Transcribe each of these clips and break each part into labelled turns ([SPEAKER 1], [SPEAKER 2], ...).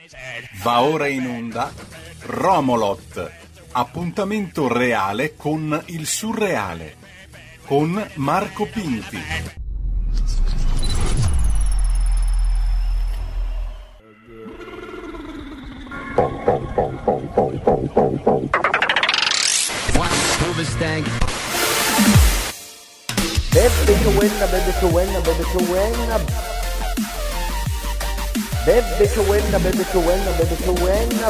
[SPEAKER 1] Va ora in onda Romolot, appuntamento reale con il surreale, con Marco Pinti.
[SPEAKER 2] Bebe che buena, bebe che buena, bebe che buena. Bebe che buena, bebe che buena, bebe che buena.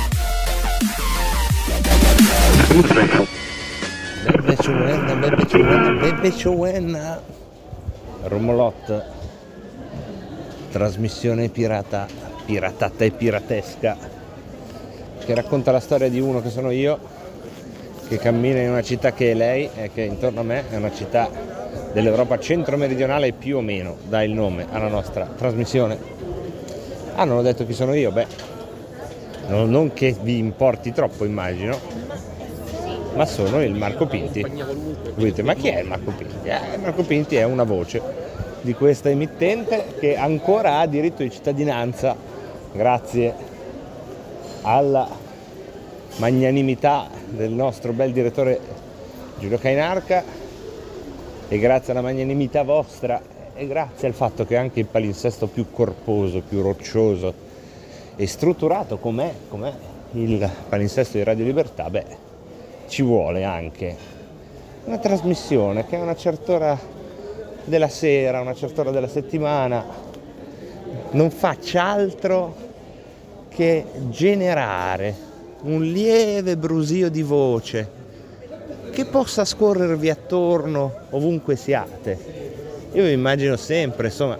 [SPEAKER 2] Bebe che buena, bebe che buena, bebe che buena. Romolot, trasmissione piratata e piratesca, che racconta la storia di uno che sono io, che cammina in una città che è lei e che intorno a me è una città dell'Europa centro-meridionale più o meno, dà il nome alla nostra trasmissione. Non ho detto chi sono io, non che vi importi troppo, immagino, ma sono il Marco Pinti. Voi dite, ma chi è il Marco Pinti? Il Marco Pinti è una voce di questa emittente che ancora ha diritto di cittadinanza grazie alla magnanimità del nostro bel direttore Giulio Cainarca e grazie alla magnanimità vostra e grazie al fatto che anche il palinsesto più corposo, più roccioso e strutturato com'è il palinsesto di Radio Libertà, ci vuole anche una trasmissione che a una certa ora della sera, a una certa ora della settimana non faccia altro che generare un lieve brusio di voce che possa scorrervi attorno ovunque siate. Io vi immagino sempre, insomma,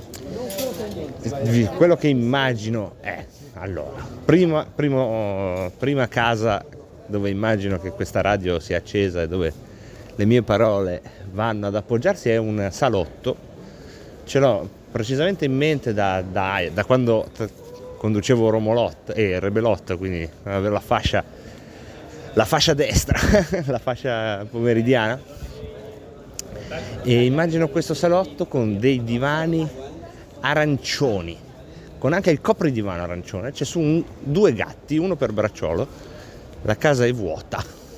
[SPEAKER 2] quello che immagino è, allora, prima casa dove immagino che questa radio sia accesa e dove le mie parole vanno ad appoggiarsi è un salotto. Ce l'ho precisamente in mente da quando conducevo Romolot e Rebelot, quindi la fascia destra, la fascia pomeridiana. E immagino questo salotto con dei divani arancioni, con anche il copridivano arancione, c'è su due gatti, uno per bracciolo. La casa è vuota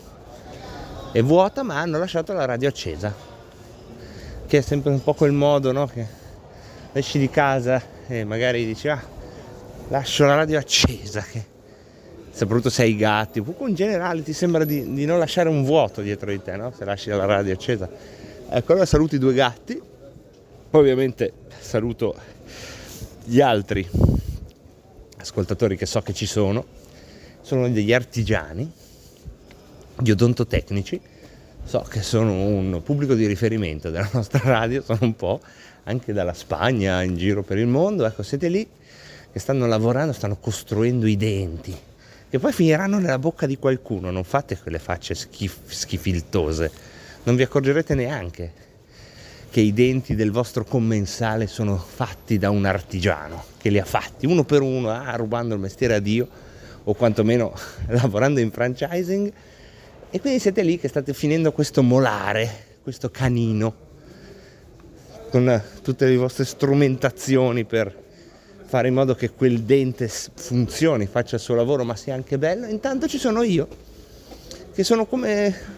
[SPEAKER 2] ma hanno lasciato la radio accesa, che è sempre un po' quel modo, no? Che esci di casa e magari dici lascio la radio accesa, che soprattutto se hai gatti, in generale ti sembra di non lasciare un vuoto dietro di te, no? Se lasci la radio accesa. Ecco, allora saluto i due gatti, poi ovviamente saluto gli altri ascoltatori che so che ci sono degli artigiani, gli odontotecnici, so che sono un pubblico di riferimento della nostra radio, sono un po' anche dalla Spagna, in giro per il mondo, ecco, siete lì che stanno lavorando, stanno costruendo i denti, che poi finiranno nella bocca di qualcuno, non fate quelle facce schifiltose. Non vi accorgerete neanche che i denti del vostro commensale sono fatti da un artigiano che li ha fatti uno per uno, rubando il mestiere a Dio o quantomeno lavorando in franchising, e quindi siete lì che state finendo questo molare, questo canino, con tutte le vostre strumentazioni per fare in modo che quel dente funzioni, faccia il suo lavoro ma sia anche bello. Intanto ci sono io, che sono come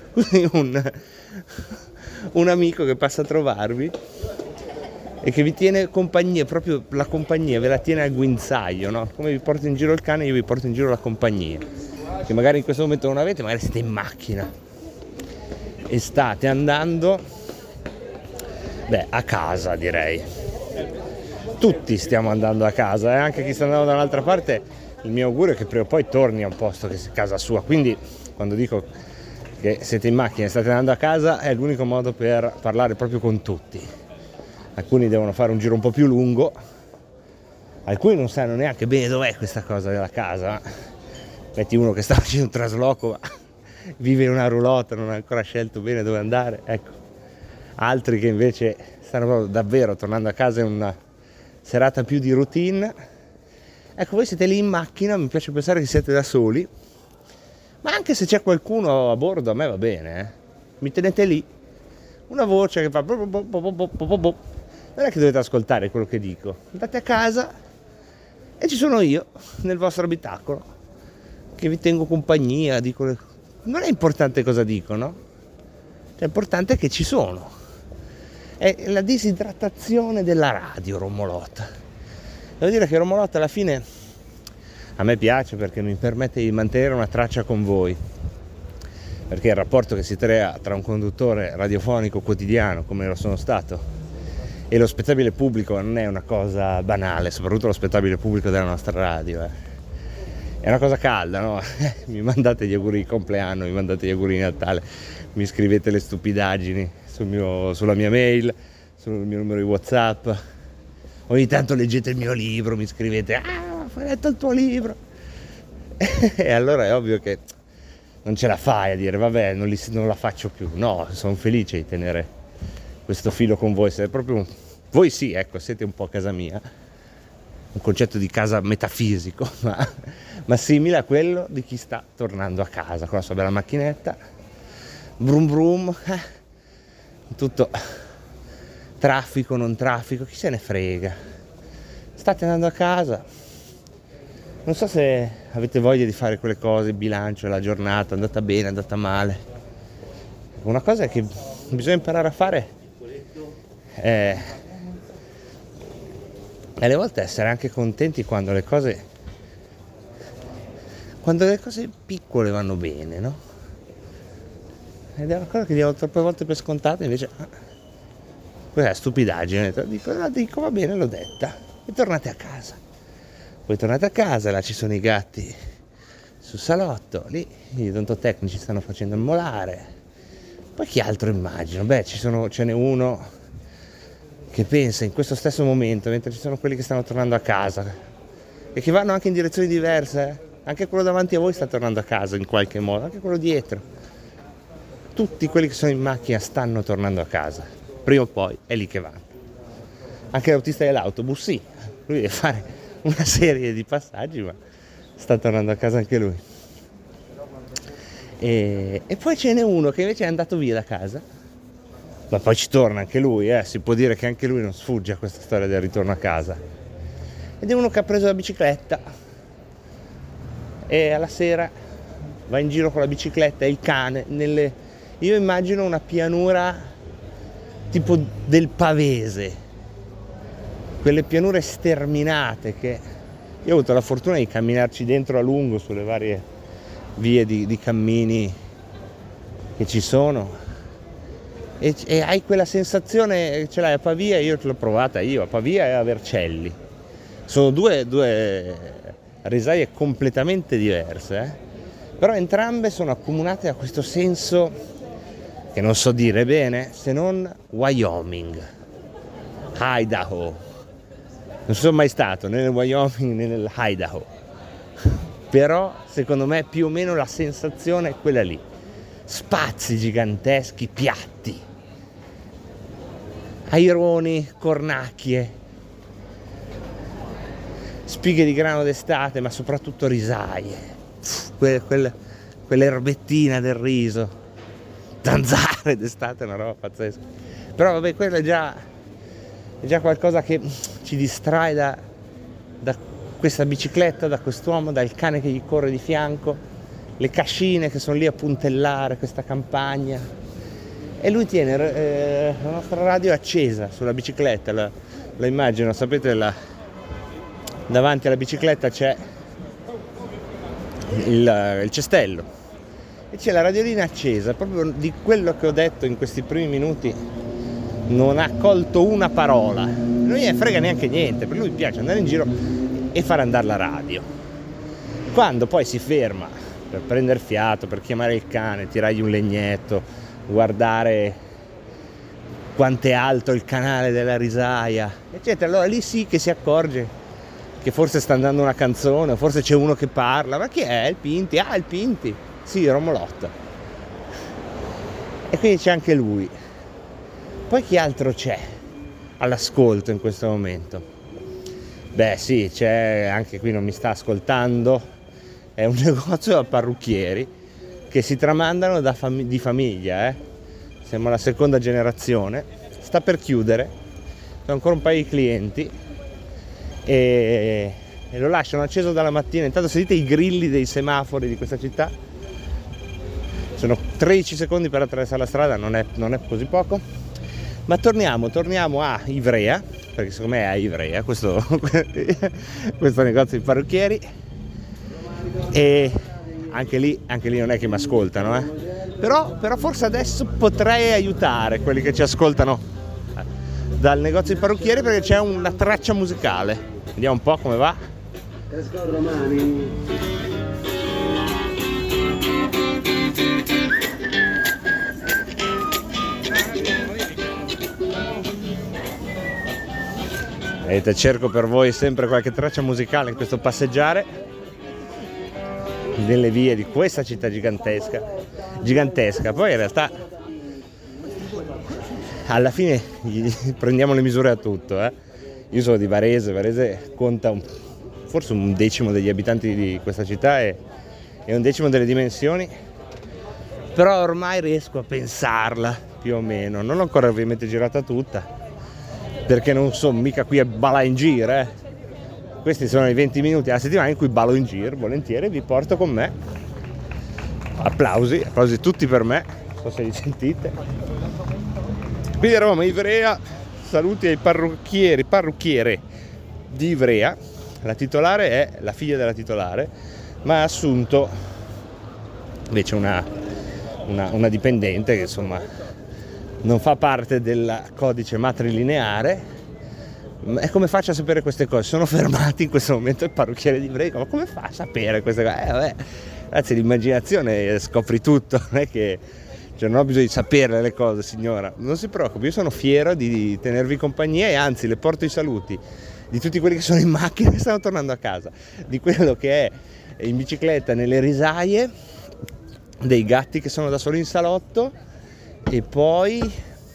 [SPEAKER 2] un amico che passa a trovarvi e che vi tiene compagnia, proprio la compagnia ve la tiene al guinzaglio, no? Come vi porto in giro il cane, io vi porto in giro la compagnia, che magari in questo momento non avete, magari siete in macchina e state andando a casa, direi. Tutti stiamo andando a casa, anche chi sta andando da un'altra parte. Il mio augurio è che prima o poi torni a un posto che sia casa sua, quindi quando dico che siete in macchina e state andando a casa è l'unico modo per parlare proprio con tutti. Alcuni devono fare un giro un po' più lungo, alcuni non sanno neanche bene dov'è questa cosa della casa. Metti uno che sta facendo un trasloco, ma vive in una roulotte, non ha ancora scelto bene dove andare, ecco. Altri che invece stanno proprio davvero tornando a casa in una serata più di routine. Ecco, voi siete lì in macchina, mi piace pensare che siete da soli, ma anche se c'è qualcuno a bordo a me va bene, mi tenete lì, una voce che fa non è che dovete ascoltare quello che dico, andate a casa E ci sono io nel vostro abitacolo che vi tengo compagnia, non è importante cosa dico, no? È importante che ci sono. È la disidratazione della radio, Romolotta. Devo dire che Romolotta alla fine a me piace perché mi permette di mantenere una traccia con voi, perché il rapporto che si crea tra un conduttore radiofonico quotidiano come lo sono stato e lo spettabile pubblico non è una cosa banale, soprattutto lo spettabile pubblico della nostra radio. È una cosa calda, no? Mi mandate gli auguri di compleanno, mi mandate gli auguri di Natale, mi scrivete le stupidaggini sulla mia mail, sul mio numero di WhatsApp. Ogni tanto leggete il mio libro, mi scrivete hai letto il tuo libro? E allora è ovvio che non ce la fai a dire vabbè non la faccio più. No, sono felice di tenere questo filo con voi. Siete proprio voi, sì, ecco, siete un po' a casa mia, un concetto di casa metafisico, ma simile a quello di chi sta tornando a casa con la sua bella macchinetta, brum brum, tutto traffico, non traffico, chi se ne frega. State andando a casa, non so se avete voglia di fare quelle cose, il bilancio, la giornata, è andata bene, è andata male. Una cosa che bisogna imparare a fare è alle volte essere anche contenti quando le cose piccole vanno bene, no? Ed è una cosa che diamo troppe volte per scontata, invece quella è stupidaggine. Dico va bene, l'ho detta, e tornate a casa. Poi tornate a casa, là ci sono i gatti sul salotto, lì gli odontotecnici stanno facendo il molare. Poi chi altro immagino? Ce n'è uno che pensa in questo stesso momento, mentre ci sono quelli che stanno tornando a casa e che vanno anche in direzioni diverse, anche quello davanti a voi sta tornando a casa in qualche modo, anche quello dietro. Tutti quelli che sono in macchina stanno tornando a casa, prima o poi è lì che vanno. Anche l'autista dell'autobus, sì, lui deve fare una serie di passaggi, ma sta tornando a casa anche lui. E poi ce n'è uno che invece è andato via da casa, ma poi ci torna anche lui, si può dire che anche lui non sfugge a questa storia del ritorno a casa. Ed è uno che ha preso la bicicletta e alla sera va in giro con la bicicletta e il cane io immagino una pianura tipo del Pavese, quelle pianure sterminate che io ho avuto la fortuna di camminarci dentro a lungo sulle varie vie di cammini che ci sono, e hai quella sensazione, ce l'hai a Pavia, io l'ho provata a Pavia e a Vercelli. Sono due risaie completamente diverse, però entrambe sono accomunate da questo senso che non so dire bene se non Wyoming, Idaho. Non sono mai stato né nel Wyoming né nell'Idaho, però secondo me più o meno la sensazione è quella lì. Spazi giganteschi, piatti, aironi, cornacchie, spighe di grano d'estate, ma soprattutto risaie, quell'erbettina del riso, zanzare d'estate, è una roba pazzesca. Però vabbè, quello è già qualcosa che ci distrae da questa bicicletta, da quest'uomo, dal cane che gli corre di fianco, le cascine che sono lì a puntellare questa campagna, e lui tiene la nostra radio accesa sulla bicicletta, la immagino, sapete, davanti alla bicicletta c'è il cestello e c'è la radiolina accesa. Proprio di quello che ho detto in questi primi minuti non ha colto una parola, non gliene frega neanche niente, per lui piace andare in giro e far andare la radio. Quando poi si ferma per prendere fiato, per chiamare il cane, tirargli un legnetto, guardare quanto è alto il canale della risaia, eccetera, allora lì sì che si accorge che forse sta andando una canzone, forse c'è uno che parla. Ma chi è? Il Pinti? Il Pinti, sì, Romolotta. E quindi c'è anche lui. Poi chi altro c'è all'ascolto in questo momento? Beh sì, c'è anche qui, non mi sta ascoltando, è un negozio da parrucchieri che si tramandano di famiglia, siamo la seconda generazione, sta per chiudere, sono ancora un paio di clienti e e lo lasciano acceso dalla mattina. Intanto sentite i grilli dei semafori di questa città, sono 13 secondi per attraversare la strada, non è così poco. Ma torniamo a Ivrea, perché secondo me è a Ivrea questo negozio di parrucchieri, e anche lì non è che mi ascoltano, però forse adesso potrei aiutare quelli che ci ascoltano dal negozio di parrucchieri, perché c'è una traccia musicale. Vediamo un po' come va. Vedete, cerco per voi sempre qualche traccia musicale in questo passeggiare nelle vie di questa città gigantesca. Poi in realtà alla fine prendiamo le misure a tutto, Io sono di Varese conta forse un decimo degli abitanti di questa città e un decimo delle dimensioni, però ormai riesco a pensarla più o meno. Non l'ho ancora ovviamente girata tutta, perché non sono mica qui a ballare in giro, Questi sono i 20 minuti alla settimana in cui ballo in giro, volentieri vi porto con me. Applausi tutti per me, non so se li sentite. Quindi eravamo a Ivrea, saluti ai parrucchiere di Ivrea. La titolare è la figlia della titolare, ma ha assunto invece una dipendente che insomma non fa parte del codice matrilineare. E come faccio a sapere queste cose? Sono fermati in questo momento il parrucchiere di Ivrea, ma come fa a sapere queste cose? Grazie all'immaginazione scopri tutto, non è che non ho bisogno di sapere le cose, signora, non si preoccupi, io sono fiero di tenervi compagnia e anzi le porto i saluti di tutti quelli che sono in macchina e stanno tornando a casa, di quello che è in bicicletta nelle risaie, dei gatti che sono da soli in salotto, e poi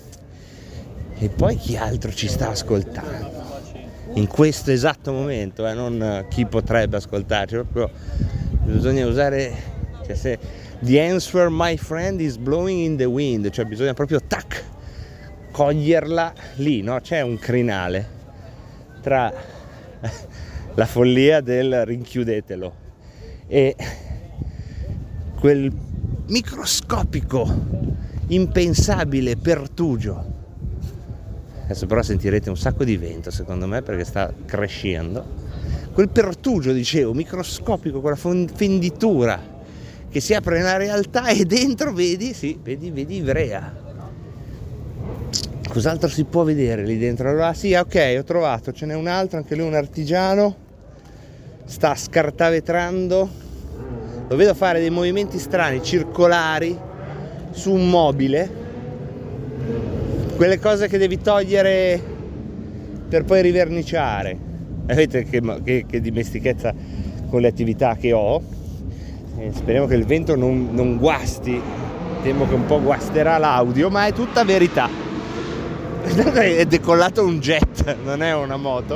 [SPEAKER 2] chi altro ci sta ascoltando in questo esatto momento, non chi potrebbe ascoltarci, proprio bisogna usare, se the answer my friend is blowing in the wind, cioè bisogna proprio coglierla lì, no? C'è un crinale tra la follia del rinchiudetelo e quel microscopico, impensabile pertugio. Adesso però sentirete un sacco di vento secondo me, perché sta crescendo. Quel pertugio, dicevo, microscopico, quella fenditura che si apre nella realtà e dentro vedi Ivrea. Cos'altro si può vedere lì dentro? Allora sì, ok, ho trovato, ce n'è un altro, anche lui un artigiano, sta scartavetrando, lo vedo fare dei movimenti strani, circolari, su un mobile, quelle cose che devi togliere per poi riverniciare. Vedete che dimestichezza con le attività che ho. Speriamo che il vento non guasti, temo che un po' guasterà l'audio, ma è tutta verità. È decollato un jet, non è una moto.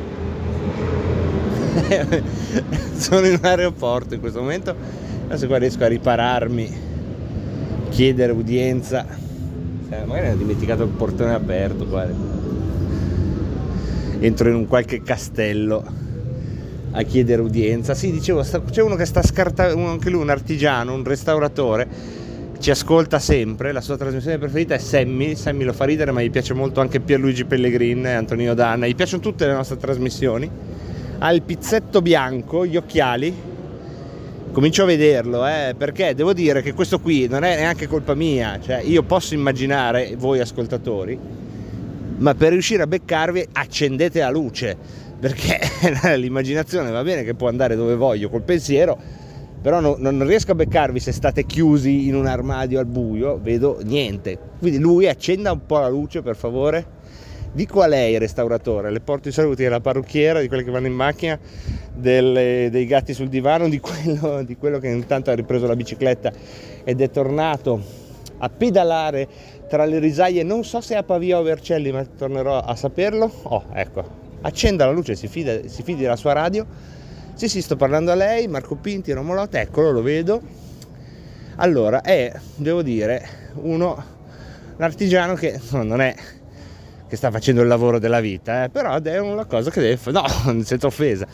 [SPEAKER 2] Sono in un aeroporto in questo momento, adesso qua riesco a ripararmi, chiedere udienza. Magari ho dimenticato il portone aperto, guarda. Entro in un qualche castello a chiedere udienza. Sì, dicevo, c'è uno che sta scartando, anche lui un artigiano, un restauratore, ci ascolta sempre. La sua trasmissione preferita è Sammy lo fa ridere, ma gli piace molto anche Pierluigi Pellegrin e Antonino Danna, gli piacciono tutte le nostre trasmissioni. Ha il pizzetto bianco, gli occhiali, comincio a vederlo, perché devo dire che questo qui non è neanche colpa mia, cioè io posso immaginare, voi ascoltatori, ma per riuscire a beccarvi accendete la luce, perché l'immaginazione va bene che può andare dove voglio col pensiero, però non riesco a beccarvi se state chiusi in un armadio al buio, vedo niente. Quindi lui accenda un po' la luce, per favore. Dico a lei, restauratore, le porto i saluti della parrucchiera, di quelli che vanno in macchina, dei gatti sul divano, di quello che intanto ha ripreso la bicicletta ed è tornato a pedalare tra le risaie, non so se a Pavia o Vercelli, ma tornerò a saperlo. Ecco, accenda la luce, si fidi della sua radio. Sì, sto parlando a lei, Marco Pinti, Romolotta, eccolo, lo vedo. Allora, devo dire, un artigiano che non è che sta facendo il lavoro della vita, però è una cosa che deve fare, no, senza offesa,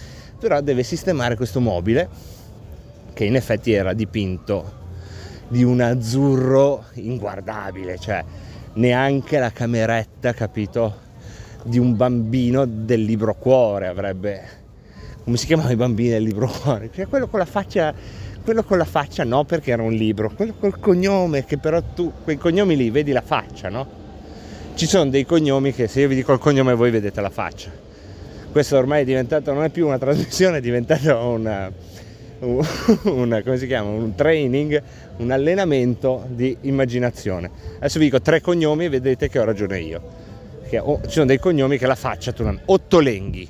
[SPEAKER 2] però deve sistemare questo mobile che in effetti era dipinto di un azzurro inguardabile, cioè neanche la cameretta, capito, di un bambino del libro cuore avrebbe. Come si chiamano i bambini del libro cuore? Cioè quello con la faccia no, perché era un libro, quello col cognome, che però tu quei cognomi lì vedi la faccia, no? Ci sono dei cognomi che se io vi dico il cognome voi vedete la faccia. Questo ormai è diventato, non è più una trasmissione, è diventato come si chiama? Un training, un allenamento di immaginazione. Adesso vi dico 3 cognomi e vedete che ho ragione io. Ci sono dei cognomi che la faccia tu non... Ottolenghi.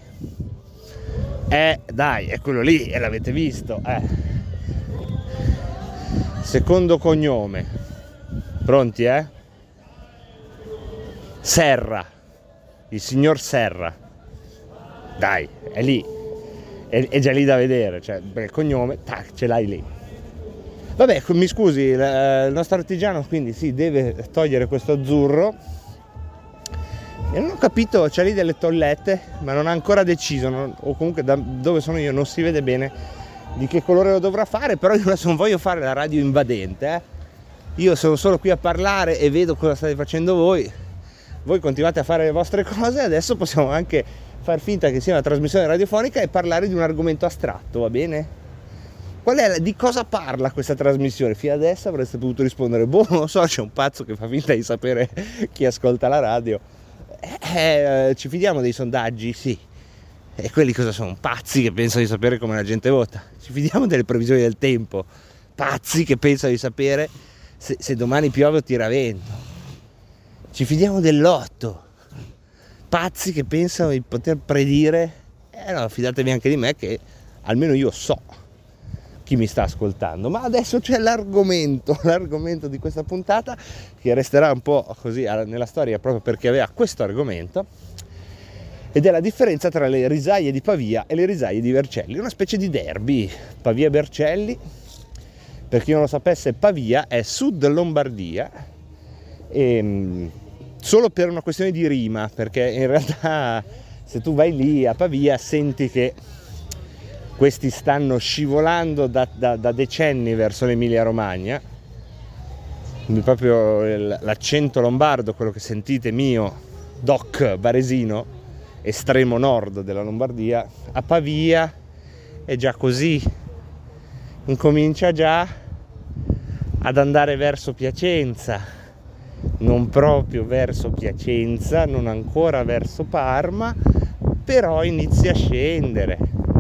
[SPEAKER 2] Dai, è quello lì, e l'avete visto, Secondo cognome. Pronti, Serra. Il signor Serra. Dai, è lì. È già lì da vedere, cioè il cognome, tac, ce l'hai lì. Vabbè, mi scusi, il nostro artigiano quindi sì, deve togliere questo azzurro. E non ho capito, c'è lì delle tollette, ma non ha ancora deciso, o comunque da dove sono io non si vede bene di che colore lo dovrà fare, però io adesso non voglio fare la radio invadente, Io sono solo qui a parlare e vedo cosa state facendo voi continuate a fare le vostre cose, adesso possiamo anche far finta che sia una trasmissione radiofonica e parlare di un argomento astratto, va bene? Di cosa parla questa trasmissione? Fino adesso avreste potuto rispondere, non lo so, c'è un pazzo che fa finta di sapere chi ascolta la radio. Ci fidiamo dei sondaggi? Sì. E quelli cosa sono? Pazzi che pensano di sapere come la gente vota. Ci fidiamo delle previsioni del tempo? Pazzi che pensano di sapere se domani piove o tira vento. Ci fidiamo del lotto? Pazzi che pensano di poter predire? No, fidatevi anche di me che almeno io so chi mi sta ascoltando. Ma adesso c'è l'argomento di questa puntata, che resterà un po' così nella storia proprio perché aveva questo argomento, ed è la differenza tra le risaie di Pavia e le risaie di Vercelli, una specie di derby Pavia-Vercelli. Per chi non lo sapesse, Pavia è sud Lombardia, e solo per una questione di rima, perché in realtà se tu vai lì a Pavia senti che questi stanno scivolando da decenni verso l'Emilia Romagna, quindi proprio l'accento lombardo, quello che sentite mio, doc varesino, estremo nord della Lombardia, a Pavia è già così, incomincia già ad andare verso Piacenza, non proprio verso Piacenza, non ancora verso Parma, però inizia a scendere,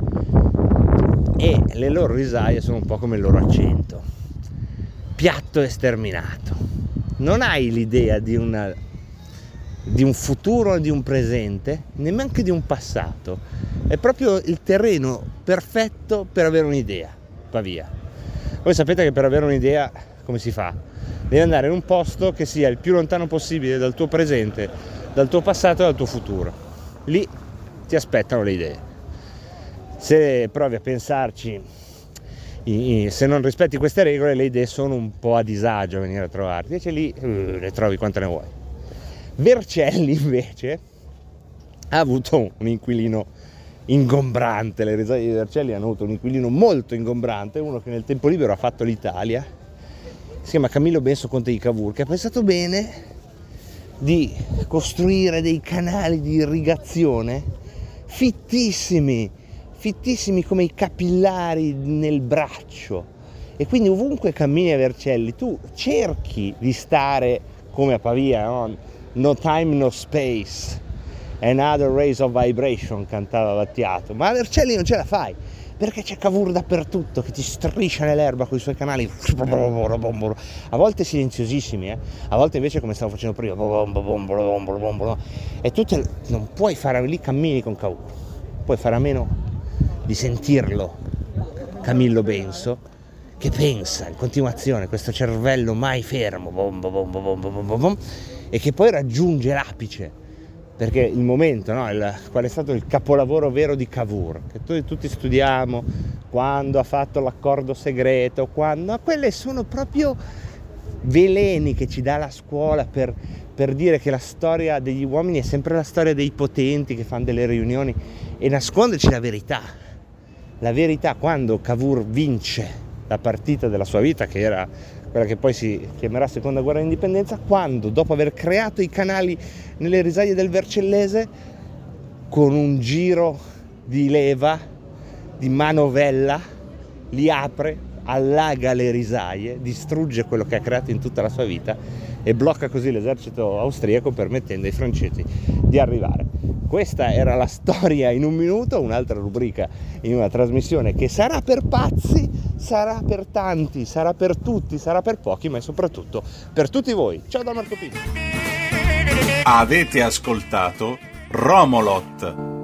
[SPEAKER 2] e le loro risaie sono un po' come il loro accento, piatto e sterminato. Non hai l'idea di un futuro, di un presente, neanche di un passato. È proprio il terreno perfetto per avere un'idea. Pavia. Voi sapete che per avere un'idea come si fa? Devi andare in un posto che sia il più lontano possibile dal tuo presente, dal tuo passato e dal tuo futuro. Lì ti aspettano le idee. Se provi a pensarci, se non rispetti queste regole, le idee sono un po' a disagio a venire a trovarti, invece lì le trovi quante ne vuoi. Vercelli invece ha avuto un inquilino ingombrante, le risaie di Vercelli hanno avuto un inquilino molto ingombrante, uno che nel tempo libero ha fatto l'Italia, si chiama Camillo Benso Conte di Cavour, che ha pensato bene di costruire dei canali di irrigazione fittissimi come i capillari nel braccio, e quindi ovunque cammini a Vercelli tu cerchi di stare come a Pavia, no time no space, another race of vibration, cantava Battiato, ma a Vercelli non ce la fai perché c'è Cavour dappertutto che ti striscia nell'erba con i suoi canali, a volte silenziosissimi, a volte invece come stavo facendo prima, e tu non puoi fare, lì cammini con Cavour, puoi fare a meno di sentirlo, Camillo Benso, che pensa in continuazione, questo cervello mai fermo, e che poi raggiunge l'apice, perché il momento, qual è stato il capolavoro vero di Cavour, che tutti studiamo, quando ha fatto l'accordo segreto, ma quelle sono proprio veleni che ci dà la scuola per dire che la storia degli uomini è sempre la storia dei potenti che fanno delle riunioni e nasconderci la verità. la verità quando Cavour vince la partita della sua vita, che era quella che poi si chiamerà Seconda Guerra d'Indipendenza, quando dopo aver creato i canali nelle risaie del Vercellese, con un giro di leva, di manovella, li apre, allaga le risaie, distrugge quello che ha creato in tutta la sua vita e blocca così l'esercito austriaco, permettendo ai francesi di arrivare. Questa era la storia in un minuto, un'altra rubrica in una trasmissione che sarà per pazzi, sarà per tanti, sarà per tutti, sarà per pochi, ma soprattutto per tutti voi. Ciao da Marco Pinti.
[SPEAKER 1] Avete ascoltato Romolot.